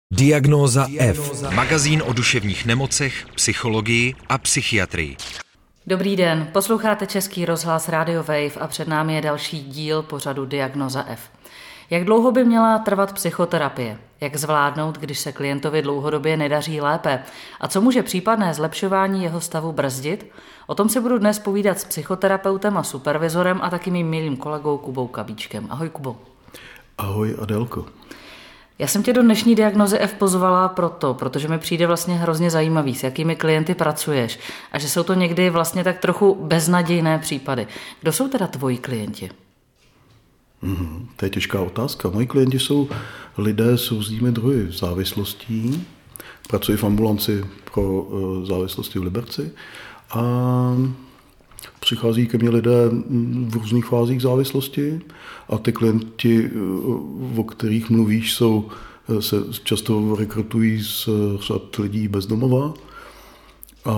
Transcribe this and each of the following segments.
Diagnóza F. Magazín o duševních nemocech, psychologii a psychiatrii. Dobrý den, posloucháte Český rozhlas Radio Wave a před námi je další díl pořadu Diagnóza F. Jak dlouho by měla trvat psychoterapie? Jak zvládnout, když se klientovi dlouhodobě nedaří lépe? A co může případné zlepšování jeho stavu brzdit? O tom si budu dnes povídat s psychoterapeutem a supervizorem a taky mým milým kolegou Kubou Kabíčkem. Ahoj, Kubo. Ahoj, Adélko. Já jsem tě do dnešní Diagnózy F pozvala protože mi přijde vlastně hrozně zajímavý, s jakými klienty pracuješ a že jsou to někdy vlastně tak trochu beznadějné případy. Kdo jsou teda tvoji klienti? To je těžká otázka. Moji klienti jsou lidé s různými druhy závislostí. Pracuji v ambulanci pro závislosti v Liberci a přichází ke mně lidé v různých fázích závislosti a ty klienti, o kterých mluvíš, se často rekrutují z řad lidí bezdomova a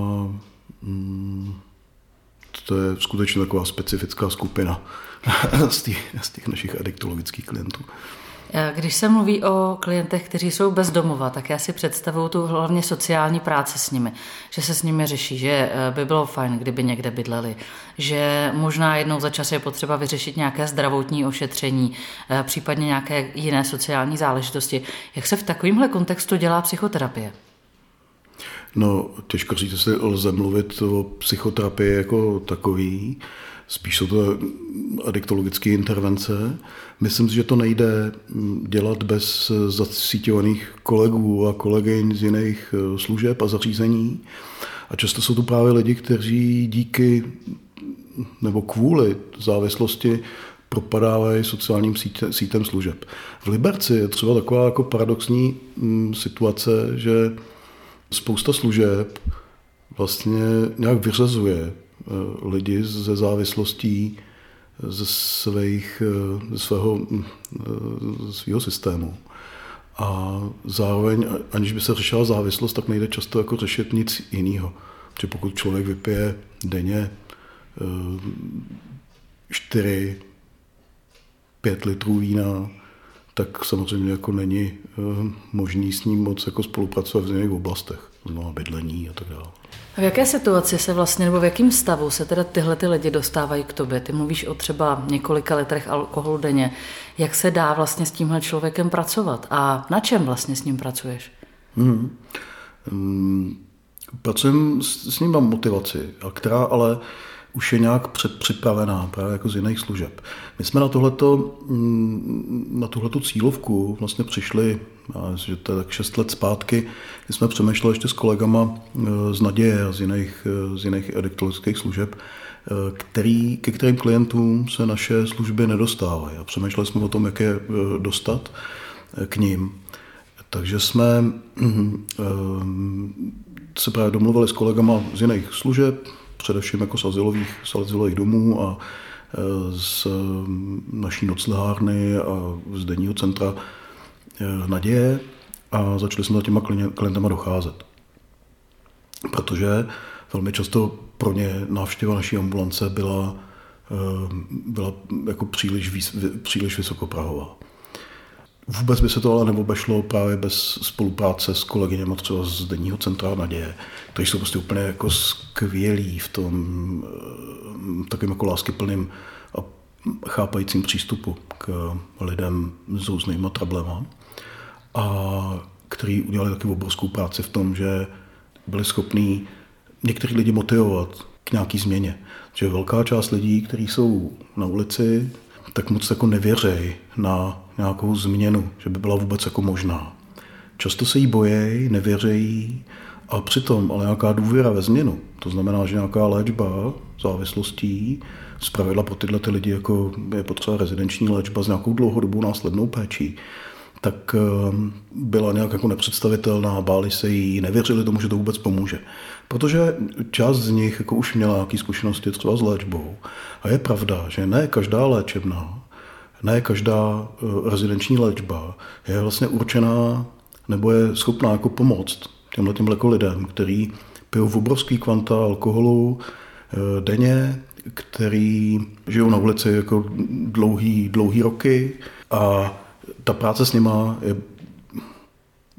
to je skutečně taková specifická skupina z těch našich adiktologických klientů. Když se mluví o klientech, kteří jsou bezdomova, tak já si představuju tu hlavně sociální práci s nimi, že se s nimi řeší, že by bylo fajn, kdyby někde bydleli, že možná jednou za čas je potřeba vyřešit nějaké zdravotní ošetření, případně nějaké jiné sociální záležitosti. Jak se v takovémhle kontextu dělá psychoterapie? No, těžko říct, jestli lze mluvit o psychoterapii jako takový. Spíš jsou to adiktologické intervence. Myslím si, že to nejde dělat bez zasíťovaných kolegů a kolegyň z jiných služeb a zařízení. A často jsou to právě lidi, kteří díky nebo kvůli závislosti propadávají sociálním sítem služeb. V Liberci je třeba taková jako paradoxní situace, že spousta služeb vlastně nějak vyřazuje lidi ze závislostí ze svého systému. A zároveň, aniž by se řešila závislost, tak nejde často jako řešit nic jiného. Protože pokud člověk vypije denně 4-5 litrů vína, tak samozřejmě jako není možný s ním moc jako spolupracovat v jiných oblastech, znamená bydlení a tak dále. A v jaké situaci se vlastně, nebo v jakém stavu se teda tyhle lidi dostávají k tobě? Ty mluvíš o třeba několika litrech alkoholu denně. Jak se dá vlastně s tímhle člověkem pracovat? A na čem vlastně s ním pracuješ? Pracujem s ním, mám motivaci, která ale už je nějak předpřipravená právě jako z jiných služeb. My jsme na tuhletu cílovku vlastně přišli, že to je tak 6 let zpátky, kdy jsme přemýšleli ještě s kolegama z Naděje a z jiných adiktologických služeb, ke kterým klientům se naše služby nedostávají. A přemýšleli jsme o tom, jak je dostat k ním. Takže jsme se právě domluvili s kolegama z jiných služeb, především jako z azylových domů a z naší noclehárny a z denního centra Naděje a začali jsme za těma klientama docházet. Protože velmi často pro ně návštěva naší ambulance byla jako příliš vysokoprahová. Vůbec by se to ale neobešlo právě bez spolupráce s kolegyněmi třeba z denního centra Naděje, kteří jsou prostě úplně jako skvělí v tom takovým jako láskyplným a chápajícím přístupu k lidem s různýma trablema a který udělali taky obrovskou práci v tom, že byli schopní některý lidi motivovat k nějaký změně. Že velká část lidí, kteří jsou na ulici, tak moc jako nevěří na nějakou změnu, že by byla vůbec jako možná. Často se jí bojí, nevěří a přitom ale nějaká důvěra ve změnu. To znamená, že nějaká léčba závislostí, zpravidla pro tyhle lidi jako je potřeba rezidenční léčba s nějakou dlouhodobou následnou péčí, tak byla nějak jako nepředstavitelná, báli se jí, nevěřili tomu, že to vůbec pomůže. Protože část z nich jako už měla nějaké zkušenosti třeba s léčbou. A je pravda, že ne každá léčebná, ne každá rezidenční léčba je vlastně určená nebo je schopná jako pomoct těmhletěm jako lidem, který pijou v obrovský kvanta alkoholu denně, který žijou na ulici jako dlouhý roky a ta práce s nima je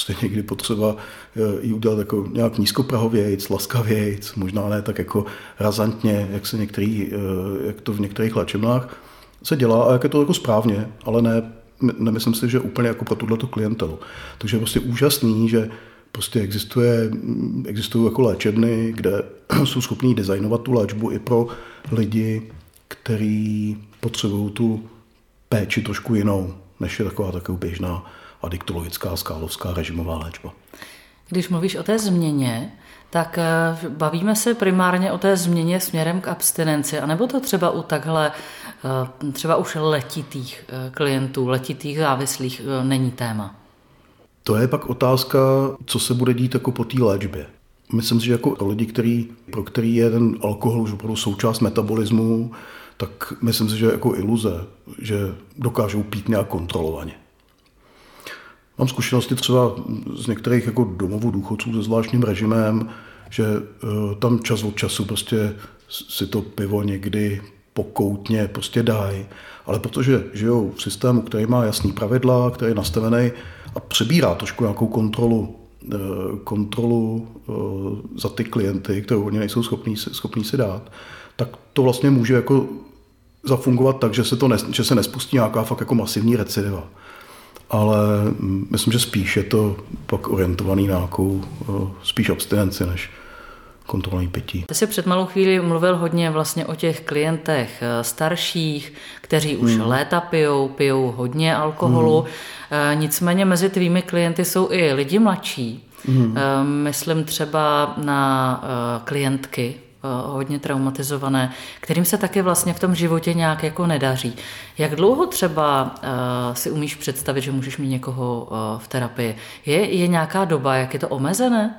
prostě někdy potřeba ji udělat jako nějak nízkoprahovějc, laskavějc, možná ne tak jako razantně, jak to v některých léčebnách se dělá a jak je to jako správně, ale nemyslím si, že úplně jako pro tuhleto klientelu. Takže je prostě úžasný, že prostě existují jako léčebny, kde jsou schopní designovat tu léčbu i pro lidi, kteří potřebují tu péči trošku jinou, než je taková běžná adiktologická, skálovská režimová léčba. Když mluvíš o té změně, tak bavíme se primárně o té změně směrem k abstinenci, anebo to třeba u takhle, třeba už letitých klientů, letitých závislých není téma? To je pak otázka, co se bude dít jako po té léčbě. Myslím si, že jako lidi, pro který je ten alkohol už opravdu součást metabolismu, tak myslím si, že jako iluze, že dokážou pít nějak kontrolovaně. Mám zkušenosti třeba z některých jako domovů důchodců se zvláštním režimem, že tam čas od času prostě si to pivo někdy pokoutně prostě dají, ale protože žijou v systému, který má jasný pravidla, který je nastavený a přebírá trošku nějakou kontrolu za ty klienty, kterou oni nejsou schopní si dát, tak to vlastně může jako zafungovat tak, že se nespustí nějaká fakt jako masivní recidiva. Ale myslím, že spíš je to pak orientovaný na nějakou spíš abstinenci než kontrolní pití. Ty jsi před malou chvíli mluvil hodně vlastně o těch klientech starších, kteří už léta pijou hodně alkoholu. Nicméně mezi tvými klienty jsou i lidi mladší. Myslím třeba na klientky hodně traumatizované, kterým se taky vlastně v tom životě nějak jako nedaří. Jak dlouho třeba si umíš představit, že můžeš mít někoho v terapii? Je nějaká doba, jak je to omezené?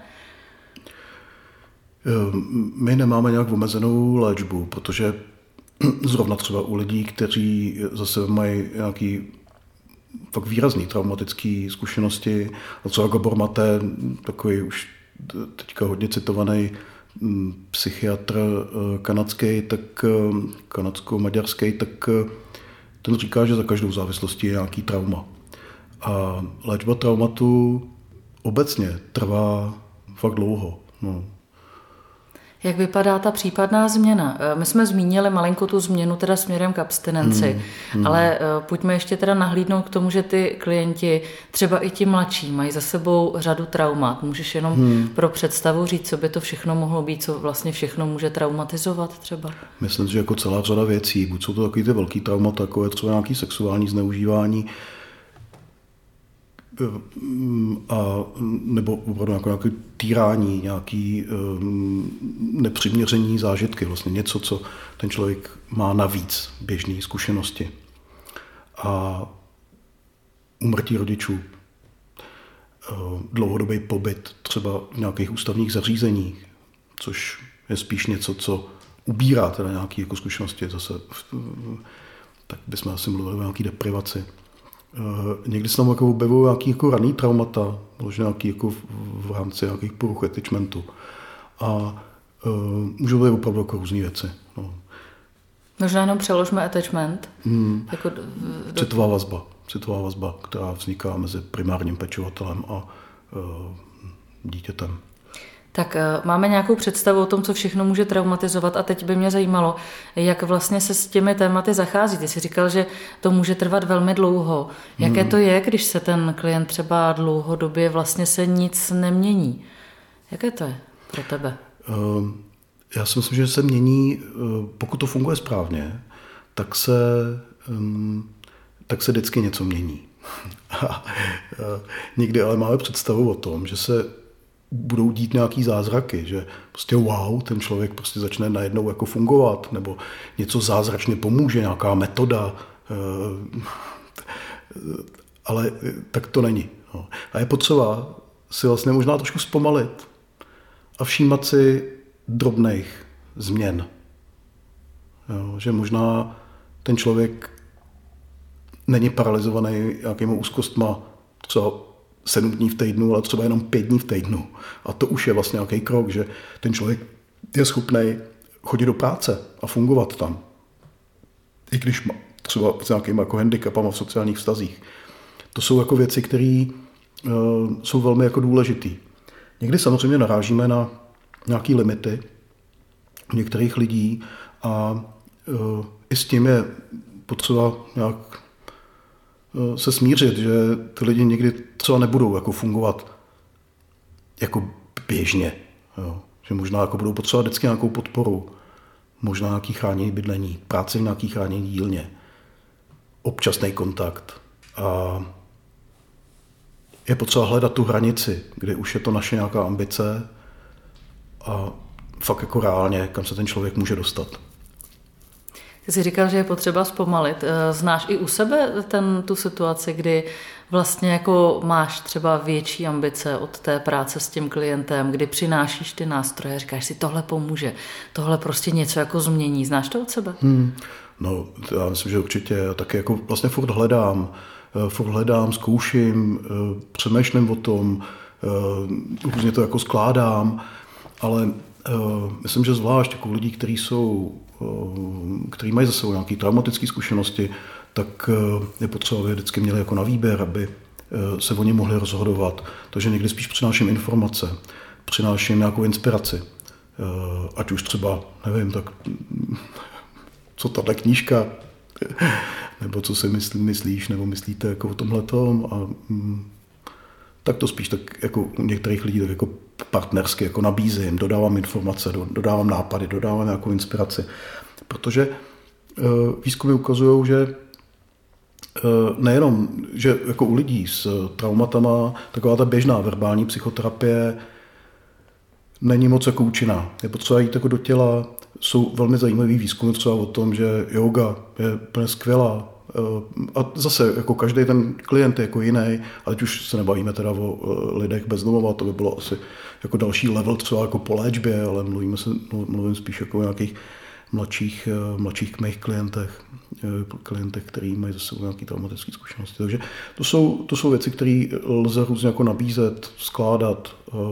My nemáme nějak omezenou léčbu, protože zrovna třeba u lidí, kteří zase mají nějaký fakt výrazný traumatický zkušenosti, a třeba Gabor Maté, takový už teďka hodně citovaný psychiatr kanadsko-maďarský, tak ten říká, že za každou závislostí je nějaký trauma. A léčba traumatu obecně trvá fakt dlouho. No. Jak vypadá ta případná změna? My jsme zmínili malinko tu změnu teda směrem k abstinenci, ale pojďme ještě teda nahlídnout k tomu, že ty klienti, třeba i ti mladší, mají za sebou řadu traumat. Můžeš jenom pro představu říct, co by to všechno mohlo být, co vlastně všechno může traumatizovat třeba? Myslím, že jako celá řada věcí, buď jsou to takový ty velký traumata, jako je třeba nějaký sexuální zneužívání, nebo opravdu nějaké týrání, nějaké nepřiměření zážitky, vlastně něco, co ten člověk má navíc běžné zkušenosti. A úmrtí rodičů, dlouhodobý pobyt třeba v nějakých ústavních zařízeních, což je spíš něco, co ubírá teda nějaké jako zkušenosti, zase, tak bychom asi mluvili o nějaké deprivaci. Někdy se tam jako objevují nějaký jako raný traumata, možná nějaký jako v rámci nějakých poruch attachmentu. A můžou být opravdu jako různý věci. No. Možná jenom přeložme attachment. Jako Citová vazba, která vzniká mezi primárním pečovatelem a dítětem. Tak máme nějakou představu o tom, co všechno může traumatizovat a teď by mě zajímalo, jak vlastně se s těmi tématy zachází. Ty jsi říkal, že to může trvat velmi dlouho. Jaké to je, když se ten klient třeba dlouhodobě vlastně se nic nemění? Jaké to je pro tebe? Já si myslím, že se mění, pokud to funguje správně, tak se vždycky něco mění. Někdy ale máme představu o tom, že se budou dít nějaký zázraky, že prostě wow, ten člověk prostě začne najednou jako fungovat, nebo něco zázračně pomůže, nějaká metoda, ale tak to není. No. A je potřeba si vlastně možná trošku zpomalit a všímat si drobných změn. Jo, že možná ten člověk není paralyzovaný nějakýma úzkostma třeba 7 dní v týdnu, ale třeba jenom 5 dní v týdnu. A to už je vlastně nějaký krok, že ten člověk je schopný chodit do práce a fungovat tam. I když má třeba s nějakými jako handicapama v sociálních vztazích. To jsou jako věci, které jsou velmi jako důležitý. Někdy samozřejmě narážíme na nějaké limity některých lidí a i s tím je potřeba nějak se smířit, že ty lidi někdy třeba nebudou jako fungovat jako běžně. Jo. Že možná jako budou potřebovat vždycky nějakou podporu, možná nějaký chráněný bydlení, práci v nějaký chráněný dílně, občasný kontakt. A je potřeba hledat tu hranici, kde už je to naše nějaká ambice a fakt jako reálně, kam se ten člověk může dostat. Ty jsi říkal, že je potřeba zpomalit. Znáš i u sebe tu situaci, kdy vlastně jako máš třeba větší ambice od té práce s tím klientem, kdy přinášíš ty nástroje, říkáš si, tohle pomůže, tohle prostě něco jako změní. Znáš to od sebe? No, já myslím, že určitě. Já taky jako vlastně furt hledám, zkouším, přemýšlím o tom, různě to jako skládám, ale myslím, že zvlášť jako lidí, kteří mají za sebou nějaké traumatické zkušenosti, tak je potřeba, aby vždycky měli jako na výběr, aby se o ně mohli rozhodovat. Takže někdy spíš přináším informace, přináším nějakou inspiraci. Ať už třeba, nevím, tak co tato knížka, nebo co si myslíš, nebo myslíte jako o tomhletom. A tak to spíš tak jako u některých lidí tak jako partnersky jako nabízím, dodávám informace, dodávám nápady, dodávám nějakou inspiraci. Protože výzkumy ukazují, že nejenom, že jako u lidí s traumatama taková ta běžná verbální psychoterapie není moc jako účinná. Je potřeba jít jako do těla. Jsou velmi zajímavý výzkumy třeba o tom, že yoga je úplně skvělá. A zase jako každý ten klient je jako jiný, ale teď už se nebavíme teda o lidech bez domova, to by bylo asi jako další level třeba jako po léčbě, ale mluvím spíš jako o nějakých mladších mých klientech, kteří mají za sebou nějaké traumatické zkušenosti. Takže to jsou věci, které lze různě jako nabízet, skládat,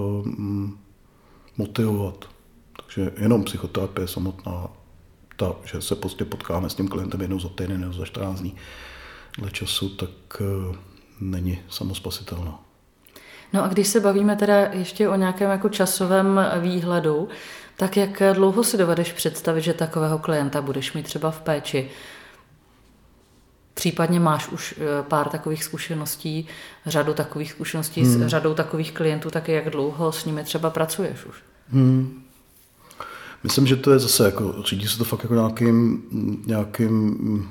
motivovat. Takže jenom psychoterapie samotná, že se prostě potkáme s tím klientem jednou za týden nebo za 14 dní dle času, tak není samospasitelná. No a když se bavíme teda ještě o nějakém jako časovém výhledu, tak jak dlouho si dovedeš představit, že takového klienta budeš mít třeba v péči? Případně máš už pár takových zkušeností, řadu takových zkušeností s řadou takových klientů, tak jak dlouho s nimi třeba pracuješ už? Myslím, že to je zase, jako, řídí se to fakt jako nějakým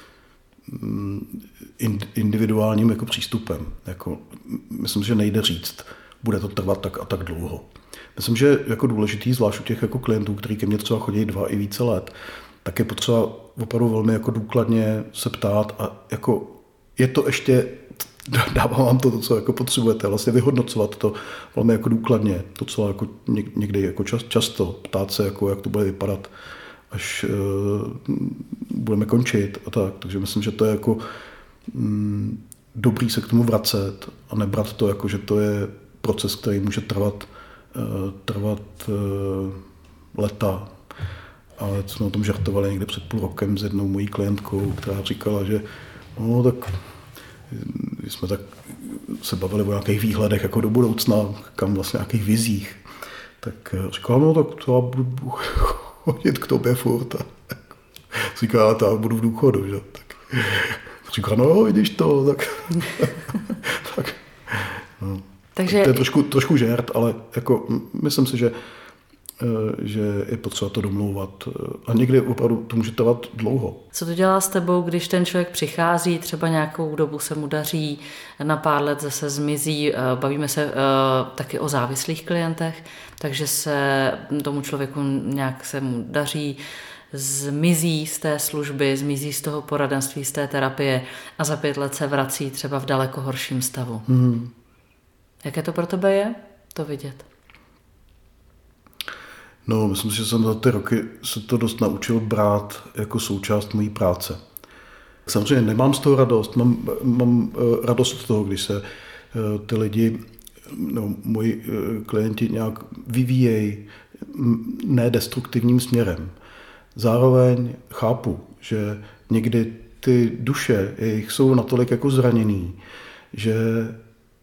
individuálním jako přístupem. Jako, myslím, že nejde říct, bude to trvat tak a tak dlouho. Myslím, že jako důležitý, zvlášť u těch jako klientů, kteří ke mně třeba chodí 2 i více let, tak je potřeba opravdu velmi jako důkladně se ptát a jako je to ještě, dávám vám to, co jako potřebujete, vlastně vyhodnocovat to velmi jako důkladně, to, co jako někdy jako často ptát se, jako, jak to bude vypadat, až budeme končit a tak. Takže myslím, že to je jako dobrý se k tomu vracet a nebrat to jako, že to je proces, který může trvat leta. Ale jsme o tom žartovali někde před půl rokem s jednou mojí klientkou, která říkala, že no tak jsme tak se bavili o nějakých výhledech jako do budoucna, kam vlastně nějakých vizích. Tak říkala, no tak to já budu chodit k tobě furt. Říkala, to já budu v důchodu, že? Tak říkala, no vidíš to, tak no. Takže to je trošku žert, ale jako myslím si, že je potřeba to domlouvat. A někdy opravdu to může trvat dlouho. Co to dělá s tebou, když ten člověk přichází, třeba nějakou dobu se mu daří, na pár let zase zmizí, bavíme se taky o závislých klientech, takže se tomu člověku nějak se mu daří, zmizí z té služby, zmizí z toho poradenství, z té terapie a za 5 let se vrací třeba v daleko horším stavu. Jaké to pro tebe je to vidět? No, myslím si, že jsem za ty roky se to dost naučil brát jako součást mojí práce. Samozřejmě nemám z toho radost, mám radost z toho, když se ty lidi, no, moji klienti nějak vyvíjejí nedestruktivním směrem. Zároveň chápu, že někdy ty duše jejich jsou natolik jako zraněný, že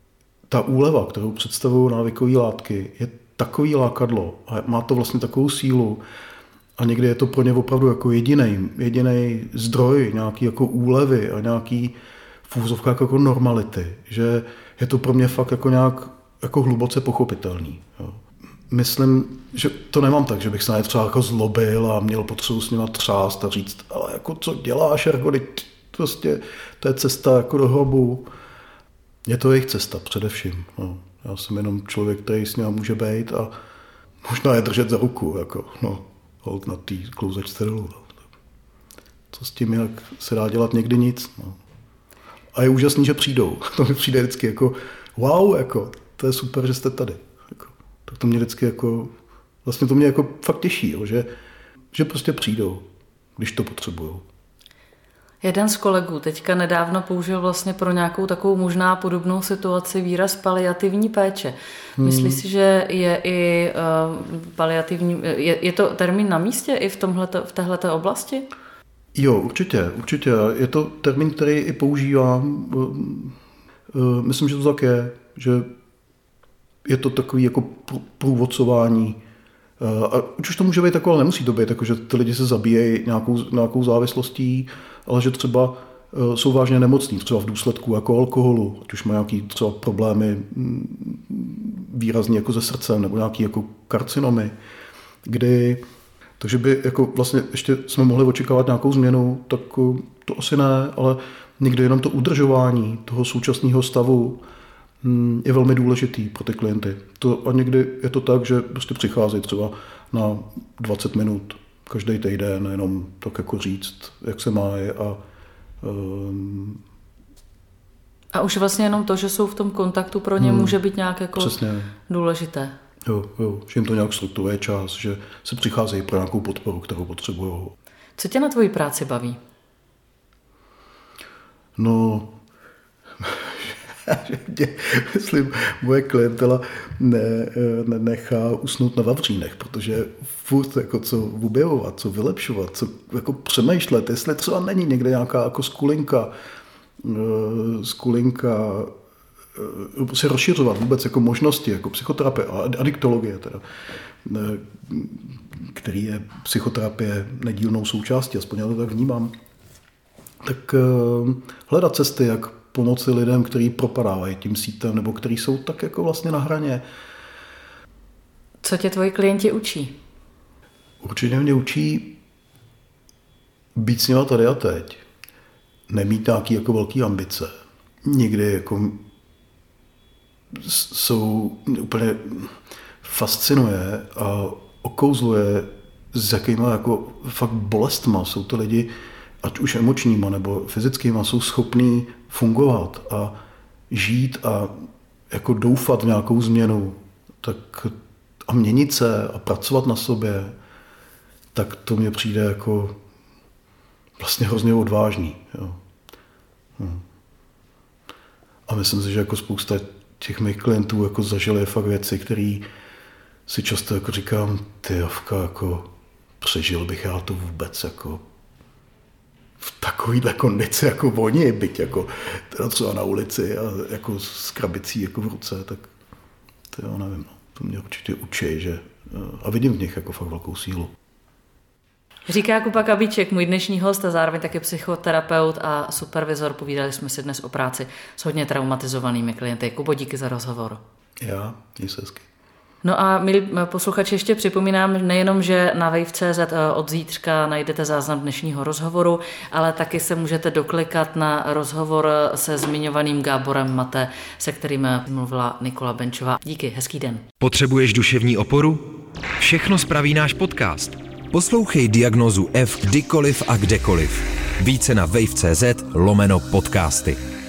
Ta úleva, kterou představují návykové látky, je takový lákadlo a má to vlastně takovou sílu a někdy je to pro ně opravdu jako jediný zdroj nějaký jako úlevy a nějaký v úvozovkách jako normality, že je to pro mě fakt jako nějak jako hluboce pochopitelný. Jo. Myslím, že to nemám tak, že bych se na ně třeba jako zlobil a měl potřebu s nima třást a říct, ale jako co děláš, jako prostě to je cesta jako do hrobu. Je to jejich cesta především. No. Já jsem jenom člověk, který s nima může být a možná je držet za ruku, jako, no, hold na té klouzačce dolů. Co s tím, jak se dá dělat někdy nic. No. A je úžasný, že přijdou. To mi přijde vždycky jako wow, jako, to je super, že jste tady. Jako, tak to mě vždycky jako, vlastně to mě jako fakt těší, jo, že prostě přijdou, když to potřebujou. Jeden z kolegů teďka nedávno použil vlastně pro nějakou takovou možná podobnou situaci výraz paliativní péče. Myslíš si, že je i paliativní, je to termín na místě i v téhleté oblasti? Jo, určitě. Je to termín, který i používám. Myslím, že to tak je, že je to takový jako průvodcování. A už to může být takové, ale nemusí to být, jako, že ty lidi se zabíjejí nějakou závislostí, ale že třeba jsou vážně nemocní, třeba v důsledku jako alkoholu, ať už mají nějaké třeba problémy výrazně jako se srdcem nebo nějaké jako karcinomy, takže by jako vlastně ještě jsme mohli očekávat nějakou změnu, tak to asi ne, ale někdy jenom to udržování toho současného stavu je velmi důležitý pro ty klienty. A někdy je to tak, že prostě přicházejí třeba na 20 minut každý týden, jenom tak jako říct, jak se mají a už vlastně jenom to, že jsou v tom kontaktu, pro ně může být nějak jako přesně důležité. Jo, že jim to nějak strukturuje čas, že se přicházejí pro nějakou podporu, kterou potřebují. Co tě na tvojí práci baví? No, myslím, moje klientela nechá usnout na vavřínech, protože furt jako co objevovat, co vylepšovat, co jako přemýšlet, jestli třeba není někde nějaká jako skulinka se rozšiřovat vůbec jako možnosti, jako psychoterapie a adiktologie teda, který je psychoterapie nedílnou součástí, aspoň já to tak vnímám, tak hledat cesty, jak pomoci lidem, kteří propadávají tím sítem, nebo kteří jsou tak jako vlastně na hraně. Co tě tvoji klienti učí? Určitě mě učí být s nima tady a teď. Nemít nějaký jako velký ambice. Někdy jako jsou úplně fascinuje a okouzluje, s jakýma jako fakt bolestma jsou to lidi, ať už emočníma nebo fyzickýma, jsou schopní fungovat a žít a jako doufat v nějakou změnu tak a měnit se a pracovat na sobě, tak to mně přijde jako vlastně hrozně odvážný. Jo. A myslím si, že jako spousta těch mých klientů jako zažili fakt věci, které si často jako říkám, ty Jovka, jako přežil bych já to vůbec jako v takovýhle kondici jako oni, byť jako teda třeba na ulici a jako s krabicí jako v ruce, tak to já nevím, no. To mě určitě učí, že a vidím v nich jako fakt velkou sílu. Říká Kuba Kabíček, můj dnešní host a zároveň taky psychoterapeut a supervizor. Povídali jsme si dnes o práci s hodně traumatizovanými klienty. Kubo, díky za rozhovor. Já, měj se hezky. No a milí posluchači, ještě připomínám nejenom, že na wave.cz od zítřka najdete záznam dnešního rozhovoru, ale taky se můžete doklikat na rozhovor se zmiňovaným Gáborem Mate, se kterým mluvila Nikola Benčová. Díky, hezký den. Potřebuješ duševní oporu? Všechno spraví náš podcast. Poslouchej Diagnózu F kdykoliv a kdekoliv. Více na wave.cz/podcasty.